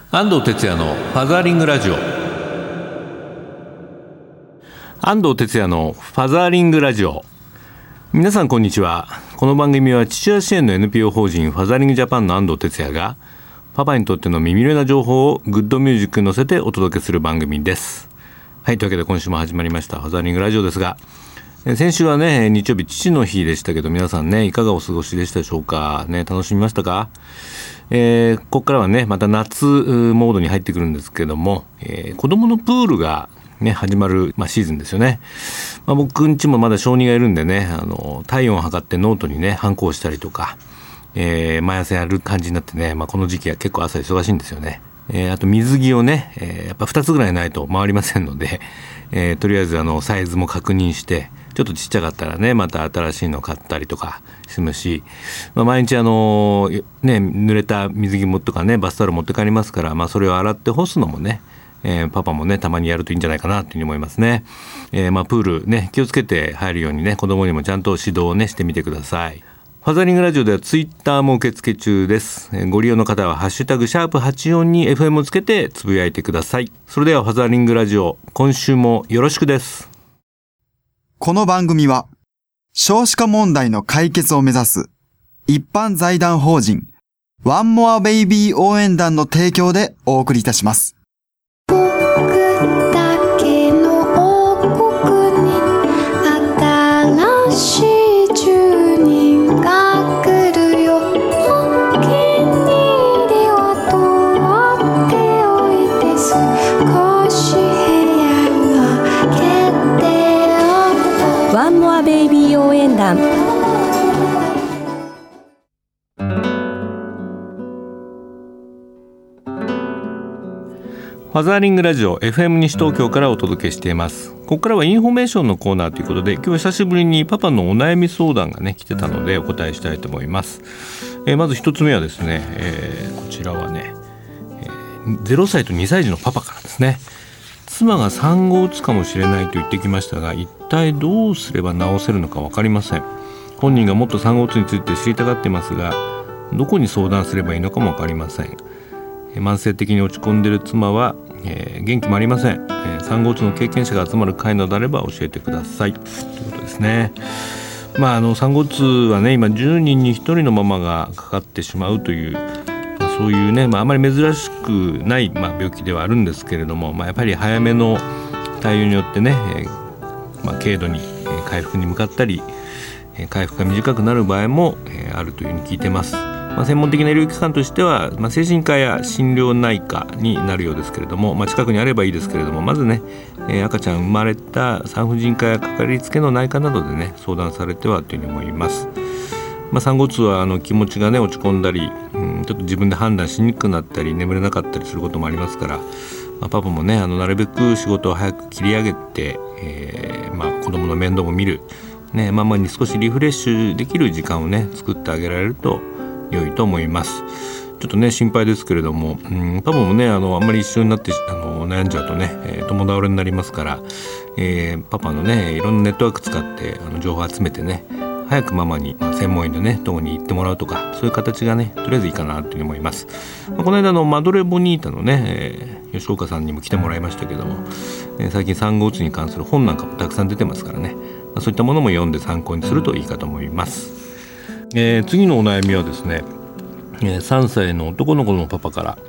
安藤哲也のファザーリングラジオ。安藤哲也のファザーリングラジオ。皆さんこんにちは。この番組は父親支援の NPO 法人ファザーリングジャパンの安藤哲也がパパにとっての耳寄りな情報をグッドミュージックに乗せてお届けする番組です。はい、というわけで今週も始まりましたファザーリングラジオですが、先週はね日曜日父の日でしたけど、皆さんねいかがお過ごしでしたでしょうかね。楽しみましたか？ここからはねまた夏モードに入ってくるんですけども、子供のプールがね始まる、シーズンですよね。僕んちもまだ小児がいるんでね、体温を測ってノートにねハンコをしたりとか、毎朝やる感じになってね、この時期は結構朝忙しいんですよね。あと水着をね、やっぱ2つぐらいないと回りませんので、とりあえずサイズも確認して、ちょっとちっちゃかったらねまた新しいの買ったりとかするし、毎日濡れた水着もとかねバスタオル持って帰りますから、それを洗って干すのもね、パパもねたまにやるといいんじゃないかなというふうに思いますね。プールね気をつけて入るようにね、子供にもちゃんと指導をねしてみてください。ファザリングラジオではツイッターも受付中です。ご利用の方はハッシュタグ#84に FM をつけてつぶやいてください。それではファザリングラジオ、今週もよろしくです。 この番組は少子化問題の解決を目指す一般財団法人ワンモアベイビー応援団の提供でお送りいたします。 僕だけの王国に新しい住人が来るよ。お気に入りは取っておいて、少し部屋は決定。 ワンモアベイビー応援団。 ファザーリングラジオ FM 西東京からお届けしています。ここからはインフォメーションのコーナーということで、今日は久しぶりにパパのお悩み相談がね来てたのでお答えしたいと思います。まず一つ目はですね、こちらはね、0歳と2歳児のパパからですね。妻が産後を打つかもしれないと言ってきましたが、一体どうすれば治せるのか分かりません。本人がもっと産後うつについて知りたがってますが、どこに相談すればいいのかも分かりません。慢性的に落ち込んでいる妻は、元気もありません。産後うつの経験者が集まる会などであれば教えてくださいということですね。産後うつはね今10人に1人のママがかかってしまうという、そういうね、あまり珍しくない、病気ではあるんですけれども、やっぱり早めの対応によってね、軽度に回復に向かったり、回復が短くなる場合もあるというふうに聞いてます。専門的な医療機関としては、精神科や心療内科になるようですけれども、近くにあればいいですけれども、まずね、赤ちゃん生まれた産婦人科やかかりつけの内科などでね相談されてはというふうに思います。産後うつは気持ちがね落ち込んだり、ちょっと自分で判断しにくくなったり眠れなかったりすることもありますから、パパもねなるべく仕事を早く切り上げて、子供の面倒も見る、ママに少しリフレッシュできる時間をね作ってあげられると良いと思います。ちょっとね心配ですけれども、パパもねあんまり一緒になって悩んじゃうとね、共倒れになりますから、パパのねいろんなネットワーク使って情報を集めてね、早くママに、専門医のねとこに行ってもらうとか、そういう形がねとりあえずいいかなというふうに思います。この間マドレボニータのね、吉岡さんにも来てもらいましたけども、最近産後うつに関する本なんかもたくさん出てますからね、そういったものも読んで参考にするといいかと思います。次のお悩みはですね、3歳の男の子のパパから、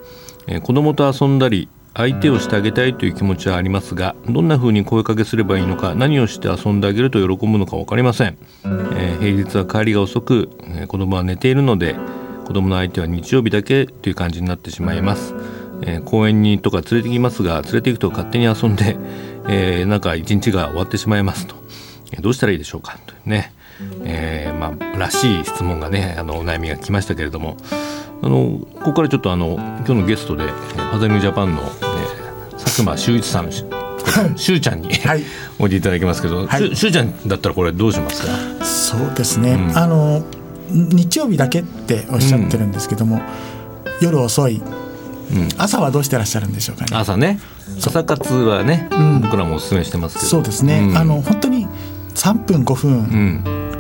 子供と遊んだり相手をしてあげたいという気持ちはありますが、どんな風に声かけすればいいのか、何をして遊んであげると喜ぶのか分かりません。平日は帰りが遅く、子供は寝ているので、子供の相手は日曜日だけという感じになってしまいます。公園にとか連れて行きますが、連れて行くと勝手に遊んで、なんか一日が終わってしまいますと、どうしたらいいでしょうかというね、らしい質問がねお悩みが来ましたけれども、ここからちょっと今日のゲストでファザリングジャパンの、佐久間修一さんしゅうちゃんに、おいでいただきますけど、しゅうちゃんだったらこれどうしますか？ そうですね、日曜日だけっておっしゃってるんですけども、夜遅い、朝はどうしてらっしゃるんでしょうかね。 朝ね、朝活はね、僕らもお勧めしてますけど、 そうですね、本当に3分5分、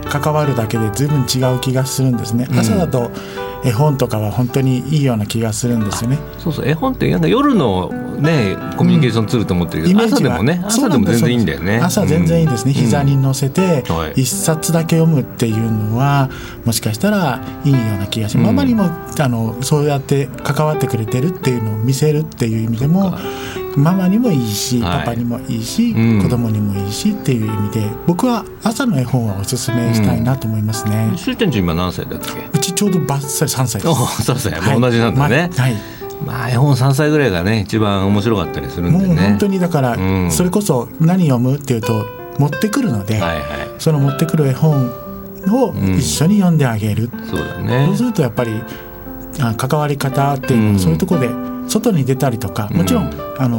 関わるだけで随分違う気がするんですね。朝だと絵本とかは本当にいいような気がするんですよね。 そうそう、絵本ってなんか夜のねコミュニケーションツールと思ってるけど、朝でもね、朝でも全然いいんだよね。 朝全然いいですね。膝に乗せてはい一冊だけ読むっていうのはもしかしたらいいような気がします。ママにもそうやって関わってくれてるっていうのを見せるっていう意味でも、ママにもいいし、 はいパパにもいいし、 うん子供にもいいしっていう意味で、僕は朝の絵本はおすすめしたいなと思いますね。 しゅうちゃんち今何歳だっけ？ うちちょうどバッサリ3歳です。 お3歳、もう同じなんだね。 はい、 まあ絵本3歳ぐらいがね一番面白かったりするんでね。 もう本当にだから、 うんそれこそ何読むっていうと持ってくるので、 はいはい、 その持ってくる絵本を一緒に読んであげる、 そうだね。 そうするとやっぱり関わり方っていうのはそういうところで外に出たりとか、もちろん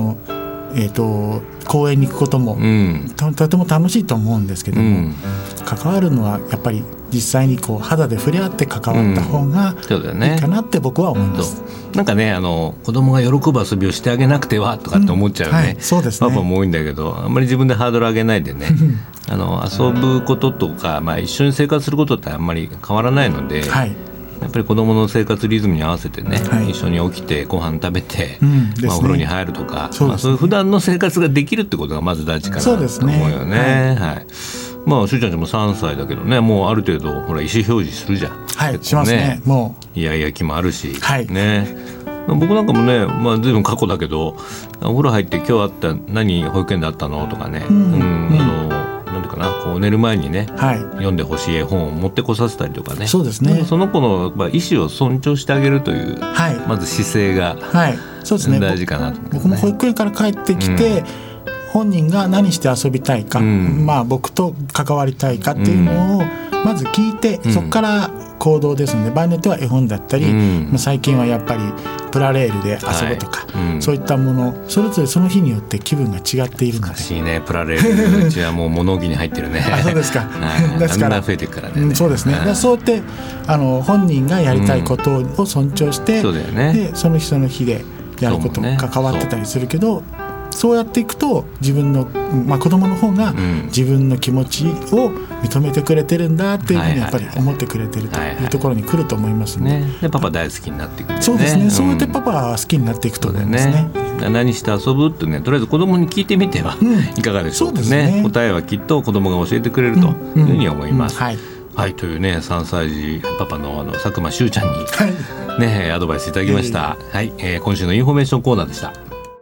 公園に行くことも、とても楽しいと思うんですけども、関わるのはやっぱり実際にこう肌で触れ合って関わった方がそうだよねいいかなって僕は思います。 なんかね子供が喜ぶ遊びをしてあげなくてはとかって思っちゃうね、 はいそうですね。 パパも多いんだけど、あんまり自分でハードル上げないでね遊ぶこととか、一緒に生活することってあんまり変わらないので、 はいやっぱり子どもの生活リズムに合わせてね、 はい一緒に起きてご飯食べて、 ですねお風呂に入るとか、 そうですねそういう普段の生活ができるってことがまず大事かなと思うよね。はいまあ、しゅうちゃんちも3歳だけどね、もうある程度ほら意思表示するじゃん。 はい、 結構しますね。もイヤイヤ期もあるし、 はいね、僕なんかもね、随分過去だけどお風呂入って今日あった何保育園であったのとかね、なんていうかな、こう寝る前にね、 はい読んでほしい絵本を持ってこさせたりとかね、 そうですねその子の意思を尊重してあげるという、 はいまず姿勢がはい、そうですね。 大事かなと思うね。 僕も保育園から帰ってきて、本人が何して遊びたいか、僕と関わりたいかっていうのをまず聞いて、そこから行動ですので、場合によっては絵本だったり、最近はやっぱりプラレールで遊ぶとか、そういったものそれぞれその日によって気分が違っているので。 難しいね、プラレール。うちはもう物置に入ってるね。 そうですか。 ですからだんだん増えていくからね。 そうですね。だからそうやって本人がやりたいことを尊重して、 そうだよね。 でその日その日でやることも関わってたりするけど、そうやっていくと自分の、子供の方が自分の気持ちを認めてくれてるんだっていうふうにやっぱり思ってくれてるというところに来ると思いますね。 でパパ大好きになっていくんだよね。 そうですね。そうやってパパは好きになっていくと思いますね。 何して遊ぶってね、とりあえず子供に聞いてみてはいかがでしょうかね。 そうですね。 答えはきっと子供が教えてくれるというふうに思います。 はい、 というね、3歳児パパの佐久間しゅうちゃんに、ね、アドバイスいただきました。今週のインフォメーションコーナーでした。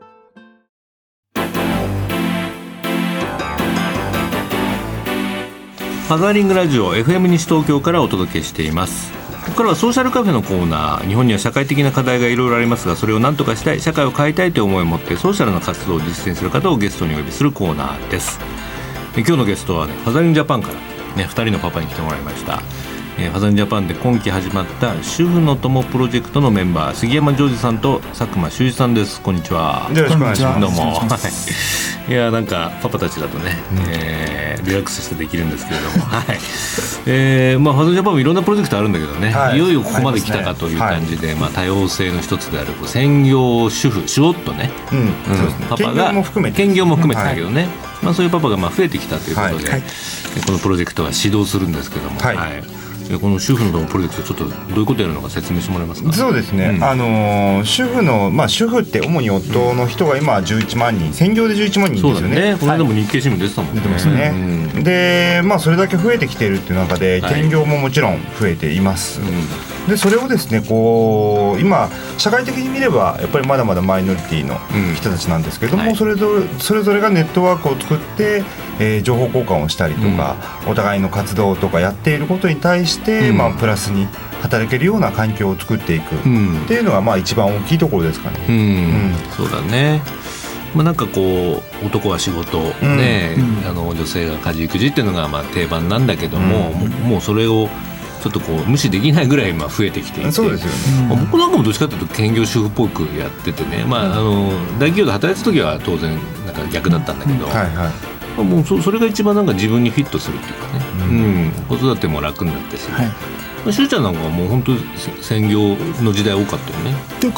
ファザーリングラジオ FM 西東京からお届けしています。ここからはソーシャルカフェのコーナー。日本には社会的な課題がいろいろありますが、それを何とかしたい、社会を変えたいという思いを持ってソーシャルな活動を実践する方をゲストにお呼びするコーナーです。今日のゲストはね、ファザーリングジャパンから、2人のパパに来てもらいました。ファザーリングジャパンで今期始まった主婦の友プロジェクトのメンバー、杉山ジョージさんと佐久間修二さんです。こんにちは。 よろしくお願いします。 どうも。いや、なんかパパたちだとね、リラックスしてできるんですけれども、ファザーリングジャパンもいろんなプロジェクトあるんだけどね、いよいよここまで来たかという感じで、多様性の一つである専業主婦、仕事ね、パパが兼業も含めてだけどね、そういうパパが増えてきたということで、このプロジェクトは始動するんですけども、この主婦のプロジェクト、ちょっとどういうことやるのか説明してもらえますか。 そうですね、主婦の、主婦って主に夫の人が今11万人、専業で11万人ですよね。 そうだね、この間も日経新聞出てたもんね。 出てますね。で、それだけ増えてきているっていう中で、兼業ももちろん増えています。でそれをですね、こう今社会的に見ればやっぱりまだまだマイノリティの人たちなんですけども、それぞれがネットワークを作って、情報交換をしたりとか、お互いの活動とかやっていることに対して、プラスに働けるような環境を作っていくっていうのが一番大きいところですかね。 そうだね。なんかこう男は仕事、女性が家事育児っていうのが定番なんだけども、もうそれをちょっとこう無視できないぐらい増えてきていて、 そうですよね。 僕なんかもどっちかというと兼業主婦っぽくやっててね、大企業で働いてた時は当然なんか逆だったんだけど、もうそれが一番なんか自分にフィットするっていうかね、子育ても楽になってし、しゅうちゃんなんかはもう本当に専業の時代多かったよね。 っていうか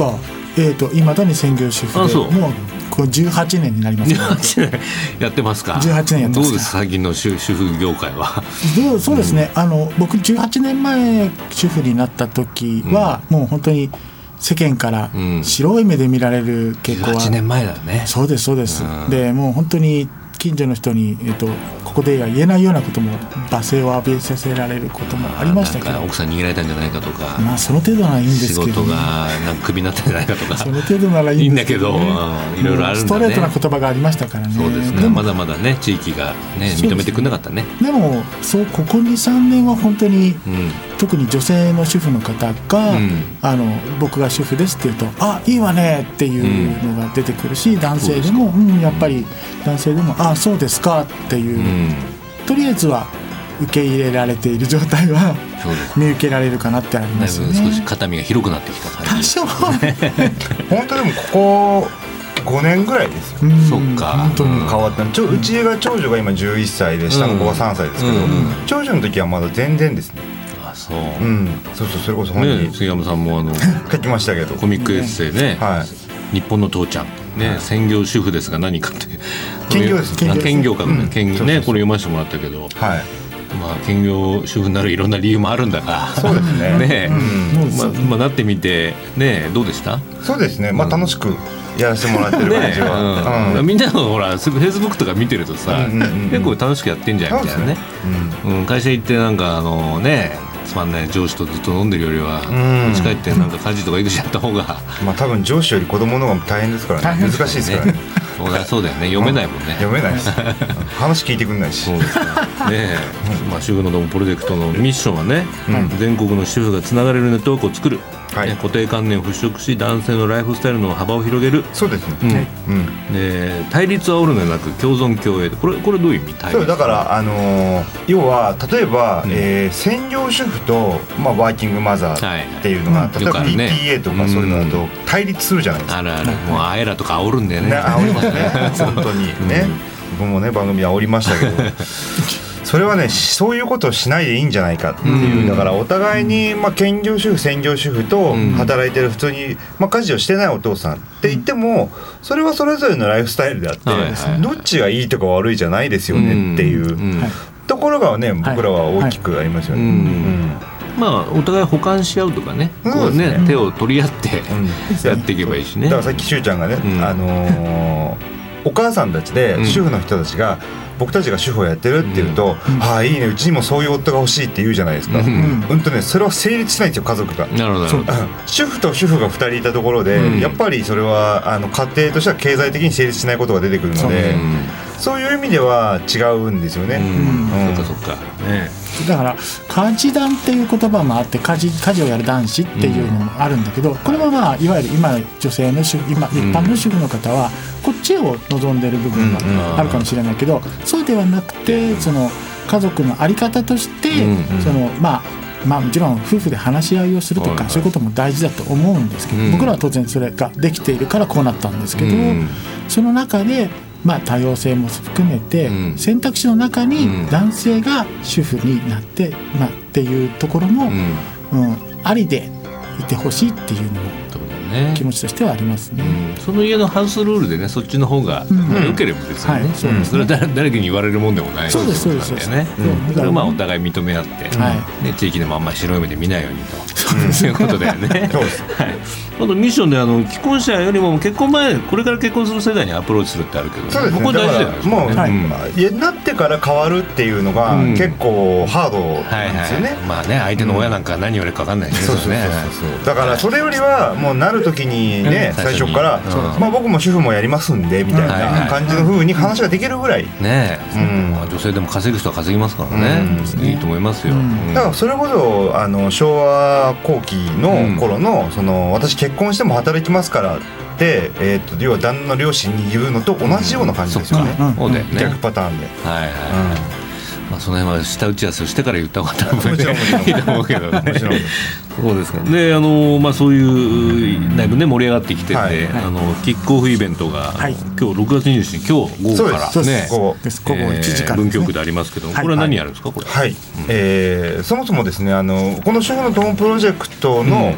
今だに専業主婦でそうもうこう18年になりますね。 18年やってますか。 18年やってますか。 どうです最近の主婦業界は。 そうですね、僕18年前主婦になった時は、もう本当に世間から白い目で見られる傾向は、 18年前だね。 そうですそうです、でもう本当に近所の人に、ここでは言えないようなことも罵声を浴びさせられることもありましたけど、 なんか奥さん逃げられたんじゃないかとか、 まあその程度ならいいんですけど、 仕事がなんかクビになったんじゃないかとかその程度ならいいんですけど、 いいんだけど、いろいろあるんだね。 ストレートな言葉がありましたからね。 そうですね、まだまだね地域がね認めてくれなかったね。 でもここ 2,3 年は本当に、特に女性の主婦の方が、僕が主婦ですって言うと、あ、いいわねっていうのが出てくるし、男性でもやっぱり男性でも、あ、そうですかっていう、とりあえずは受け入れられている状態は見受けられるかなってありますよね。 少し肩身が広くなってきた感じ。 多少本当でもここ5年ぐらいですよ。 そっか、 本当に変わったうちが長女が今11歳で下の子が3歳ですけど、長女の時はまだ全然ですね。 あ、そう、 そうそれこそ本に杉山さんも書きましたけど、 コミックエッセイね、日本の父ちゃんね、専業主婦ですが何かって兼業ですね。兼業かね、兼業ね、これ読ませてもらったけど、まあ兼業主婦になるいろんな理由もあるんだが、 そうですね。 ね、まあなってみてね、どうでした？ そうですね。まあ楽しくやらせてもらってる感じは、 みんなのほらフェイスブックとか見てるとさ、結構楽しくやってんじゃんみたいなね。会社行ってなんかね、つまんない上司とずっと飲んでるよりは家帰ってなんか家事とか育児やった方が、 まあ多分上司より子供の方が大変ですからね。難しいですからね。 そうだよね、読めないもんね。 読めないです。話聞いてくれないし。 そうですね。まあ主婦のドンプロジェクトのミッションはね、全国の主婦がつながれるネットワークを作る。固定観念を払拭し、男性のライフスタイルの幅を広げる。 そうですね。 で対立を煽るのではなく共存共栄。これどういう意味？ そうだから要は例えば専業主婦とまあワーキングマザーっていうのが例えば PTA とかそういうのだと対立するじゃないですか。 あるある。もうあえらとか煽るんだよね。 煽りますね。本当にね。僕もね番組煽りましたけど。それはね、そういうことをしないでいいんじゃないかっていう、だからお互いに、まあ、兼業主婦専業主婦と働いてる普通に、まあ、家事をしてないお父さんって言っても、それはそれぞれのライフスタイルであって、どっちがいいとか悪いじゃないですよねっていうところがね、僕らは大きくありますよね。 まあお互い補完し合うとかね、こうね手を取り合ってやっていけばいいしね。 だからさっきしゅうちゃんがね、お母さんたちで主婦の人たちが僕たちが主婦をやってるっていうと、ああいいね、うちにもそういう夫が欲しいって言うじゃないですか。それは成立しないんですよ、家族が。 なるほど。 主婦と主婦が2人いたところで、やっぱりそれは家庭としては経済的に成立しないことが出てくるので、そういう意味では違うんですよね。 そっかそっか。 だから家事男っていう言葉もあって、家事をやる男子っていうのもあるんだけど、これはまあいわゆる今女性の一般の主婦の方はこっちを望んでる部分があるかもしれないけど、そうではなくて、その家族の在り方として、そのまあもちろん夫婦で話し合いをするとか、そういうことも大事だと思うんですけど、僕らは当然それができているからこうなったんですけど、その中でまあ多様性も含めて、選択肢の中に男性が主婦になって、まあっていうところも、ありでいてほしいっていうのも気持ちとしてはありますね。 その家のハウスルールでね、そっちの方が良ければですよね。それは誰かに言われるもんでもない。 そうですそうです。 それをまあお互い認め合って、地域でもあんまり白い目で見ないようにということだよね。あとミッションで既婚者よりも結婚前、これから結婚する世代にアプローチするってあるけど、これ大事だよね。 もうなってから変わるっていうのが結構ハードなんですよね。 まあね、相手の親なんか何言われるか分かんないですね。 だからそれよりはもうなる時にね、最初からまあ僕も主婦もやりますんでみたいな感じの風に話ができるぐらいね、 女性でも稼ぐ人は稼ぎますからね、いいと思いますよ。 だからそれこそ昭和後期の頃のその私結婚しても働きますからって要は旦那の両親に言うのと同じような感じですよね。逆パターンで。 まあその辺は下打ち合わせをしてから言った方が多分いいと思うけどね。そうですか。でまあそういうだいぶね盛り上がってきてて、キックオフイベントが今日6月27日今日午後からね、 午後1時から文京区でありますけど、これは何やるんですかこれ？ そもそもですねこの主婦のドーンプロジェクトの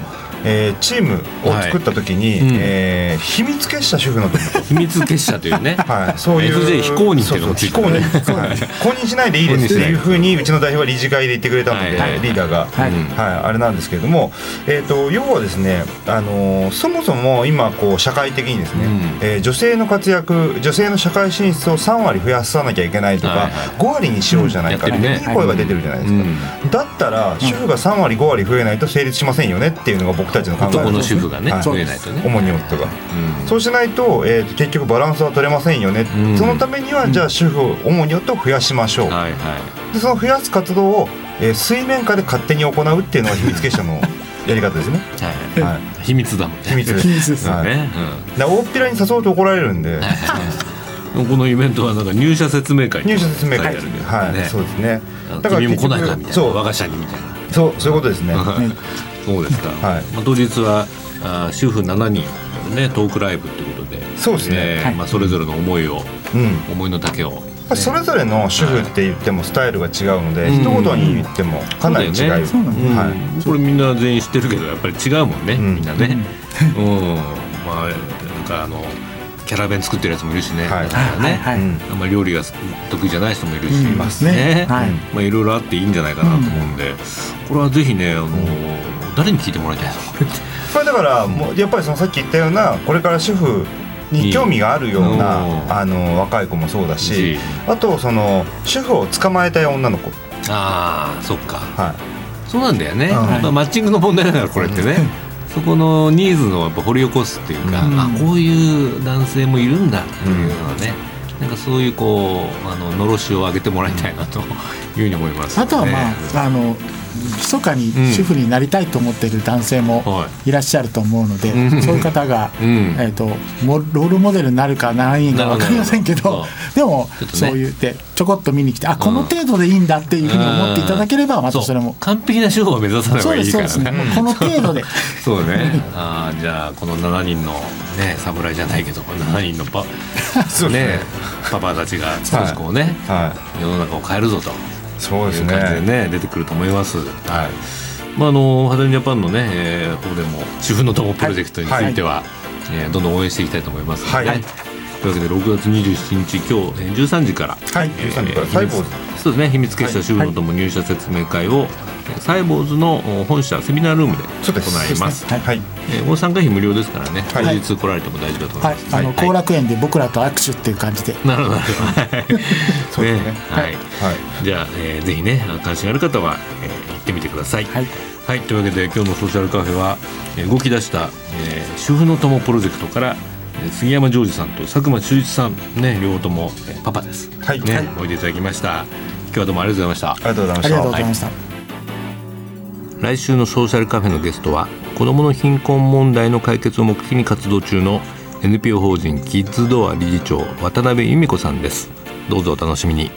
チームを作った時に、秘密結社主婦の友秘密結社というね、 はい、そういう FJ 非公認っていうのもついてるね。 公認しないでいいですっていうふうにうちの代表は理事会で言ってくれたので、リーダーが、あれなんですけれども、要はですね、そもそも今こう社会的にですね、女性の活躍、女性の社会進出を3割増やさなきゃいけないとか、5割にしようじゃないかっていういい声が出てるじゃないですか。だったら主婦が3割5割増えないと成立しませんよねっていうのが僕たちの考えです。 男の主婦がね、増えないとね、 主に夫が、そうしないと、結局バランスは取れませんよね、そのためにはじゃあ主婦を主に夫を増やしましょう、でその増やす活動を、水面下で勝手に行うっていうのが秘密結社のやり方ですね。 秘密だもんね。 秘密ですね。大っぴらに誘うと怒られるんでこのイベントはなんか入社説明会、 入社説明会、そうですね。 だから君も来ないかみたいな、我が社にみたいな、 そういうことですね。 そうですか。当日は主婦7人ね、トークライブということで、 そうですね。 それぞれの思いの丈を、 それぞれの主婦って言ってもスタイルが違うので、一言に言ってもかなり違う。 これみんな全員知ってるけどやっぱり違うもんね、みんなね。まあなんかキャラ弁作ってるやつもいるしね、あんまり料理が得意じゃない人もいるし、まあいろいろあっていいんじゃないかなと思うんで、これはぜひね、誰に聞いてもらいたいのこれだからもうやっぱりそのさっき言ったようなこれから主婦に興味があるような若い子もそうだし、あとその主婦を捕まえたい女の子、 そっか、そうなんだよね。マッチングの問題だからこれってね、そこのニーズをやっぱ掘り起こすっていうか、こういう男性もいるんだっていうのはね、なんかそういうこうのろしを上げてもらいたいなというふうに思います、ね。 あとは密かに主婦になりたいと思っている男性もいらっしゃると思うので、そういう方が、ロールモデルになるかならないか分かりませんけど、でもそう言ってちょこっと見に来て、この程度でいいんだっていうふうに思っていただければ、またそれも完璧な主婦を目指さない方がいいからね。 そうですね、この程度でそうね。じゃあこの7人のね、侍じゃないけど7人のパパたちが少しこうね、世の中を変えるぞと、そうですね、いう感じでね出てくると思います。ハザリンジャパンのね、方でも主婦の友プロジェクトについては、どんどん応援していきたいと思いますので、というわけで6月27日今日13時から、13時からサイボーズ、そうですね、秘密結社主婦の友入社説明会をサイボーズの本社セミナールームで行います。もう参加費無料ですからね、当日来られても大丈夫だと思います。 後楽園で僕らと握手っていう感じで。 なるほどそうですね。じゃあ、ぜひね関心ある方は、行ってみてください。はい、というわけで今日のソーシャルカフェは、動き出した、主婦の友プロジェクトから杉山ジョージさんと佐久間修一さんね、両方ともパパです、おいでいただきました。今日はどうもありがとうございました。 ありがとうございました。 来週のソーシャルカフェのゲストは子どもの貧困問題の解決を目的に活動中の NPO 法人キッズドア理事長渡辺由美子さんです。どうぞお楽しみに。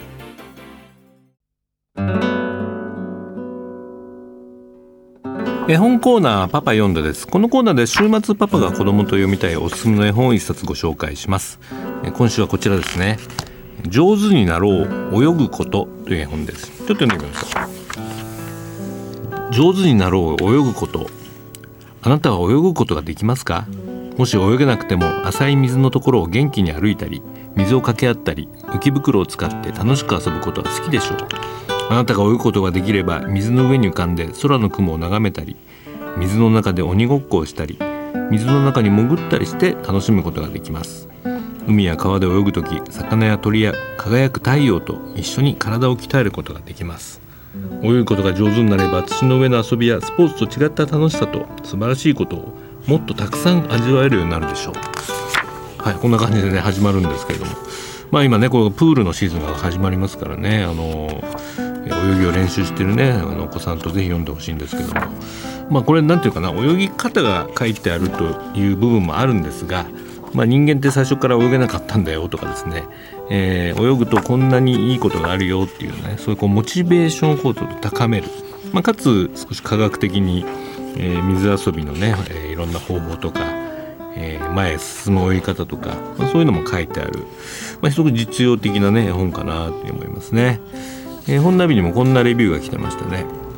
絵本コーナーパパ読んだです。このコーナーで週末パパが子供と読みたいおすすめの絵本を一冊ご紹介します。今週はこちらですね。上手になろう泳ぐことという絵本です。ちょっと読んでみましょう。上手になろう泳ぐこと。あなたは泳ぐことができますか？もし泳げなくても浅い水のところを元気に歩いたり、水を掛け合ったり、浮き袋を使って楽しく遊ぶことは好きでしょう。あなたが泳ぐことができれば水の上に浮かんで空の雲を眺めたり、水の中で鬼ごっこをしたり、水の中に潜ったりして楽しむことができます。海や川で泳ぐとき、魚や鳥や輝く太陽と一緒に体を鍛えることができます。泳ぐことが上手になれば土の上の遊びやスポーツと違った楽しさと素晴らしいことをもっとたくさん味わえるようになるでしょう。はい、こんな感じでね始まるんですけれども、今ねこのプールのシーズンが始まりますからね、泳ぎを練習してるねお子さんとぜひ読んでほしいんですけども、これなんていうかな、泳ぎ方が書いてあるという部分もあるんですが、人間って最初から泳げなかったんだよとかですね、泳ぐとこんなにいいことがあるよっていうね、そういうモチベーションを高める、かつ少し科学的に、水遊びのね、いろんな方法とか、前へ進む泳ぎ方とか、そういうのも書いてある、すごく実用的なね本かなと思いますね。本ナビにもこんなレビューが来てましたね。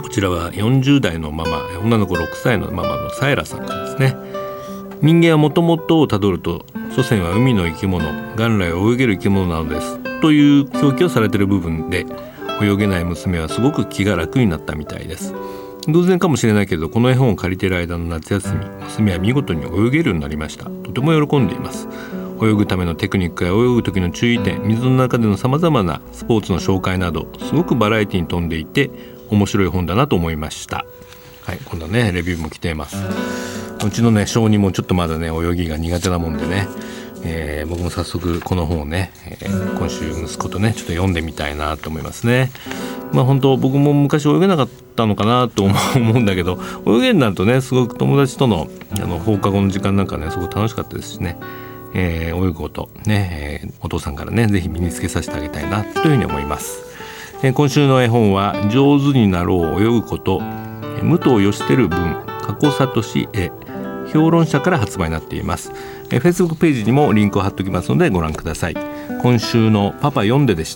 こちらは40代のママ、女の子6歳のママのサエラさんからですね。人間はもともとをたどると祖先は海の生き物、元来は泳げる生き物なのですという表記をされている部分で、泳げない娘はすごく気が楽になったみたいです。偶然かもしれないけど、この絵本を借りている間の夏休み、娘は見事に泳げるようになりました。とても喜んでいます。泳ぐためのテクニックや泳ぐ時の注意点、水の中でのさまざまなスポーツの紹介など、すごくバラエティに富んでいて面白い本だなと思いました。はい、今度はねレビューも来ています。うちのね小児もちょっとまだね泳ぎが苦手なもんでね、僕も早速この本をね、今週息子とねちょっと読んでみたいなと思いますね。本当僕も昔泳げなかったのかなと思うんだけど、泳げるなるとねすごく友達との放課後の時間なんかねすごく楽しかったですしね、泳ぐことね、お父さんからねぜひ身につけさせてあげたいなというふうに思います。今週の絵本は上手になろう泳ぐこと、武藤義輝文、加古聡絵、評論者から発売になっています。Facebook ページにもリンクを貼っておきますのでご覧ください。今週のパパ読んででした。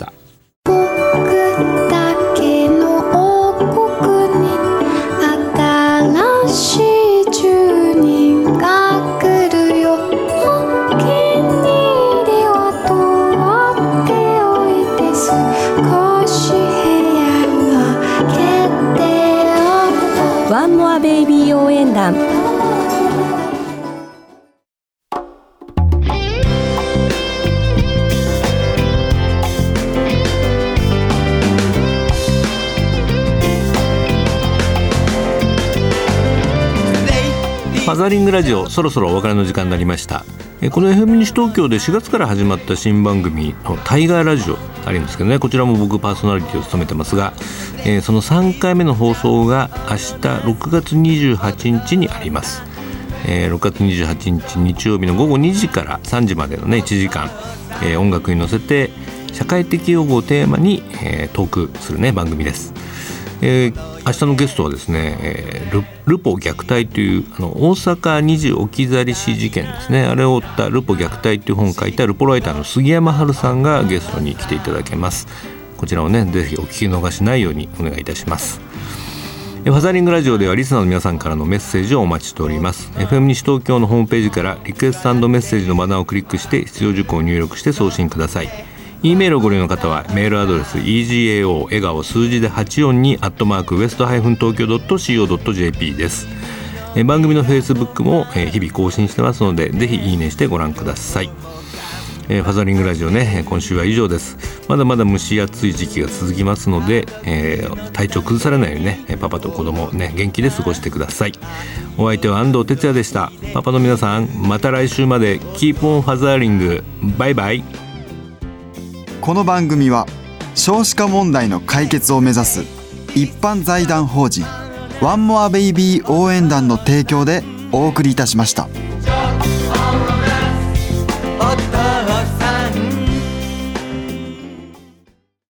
ワンモアベイビー応援団。 ファザリングラジオ、そろそろお別れの時間になりました。この FM 西東京で4月から始まった新番組のタイガーラジオあるんですけどね、こちらも僕パーソナリティを務めてますが、その3回目の放送が明日6月28日にあります。6月28日日曜日の午後2時から3時までのね1時間、音楽に乗せて社会的用語をテーマに、トークするね番組です。明日のゲストはですね、ルポ虐待という大阪二次置き去り死事件ですね、あれを追ったルポ虐待という本を書いたルポライターの杉山春さんがゲストに来ていただけます。こちらをねぜひお聞き逃しないようにお願いいたします。ファザリングラジオではリスナーの皆さんからのメッセージをお待ちしております。 FM 西東京のホームページからリクエスト&メッセージのバナーをクリックして必要事項を入力して送信ください。E メールをご利用の方はメールアドレス egao 笑顔数字で842 @west-tokyo.co.jp です。番組の Facebook も日々更新してますのでぜひいいねしてご覧ください。ファザリングラジオね、今週は以上です。まだまだ蒸し暑い時期が続きますので、体調崩されないようにねパパと子供ね元気で過ごしてください。お相手は安藤哲也でした。パパの皆さん、また来週までキープオンファザリング。バイバイ。 この番組は少子化問題の解決を目指す一般財団法人ワンモアベイビー応援団の提供でお送りいたしました。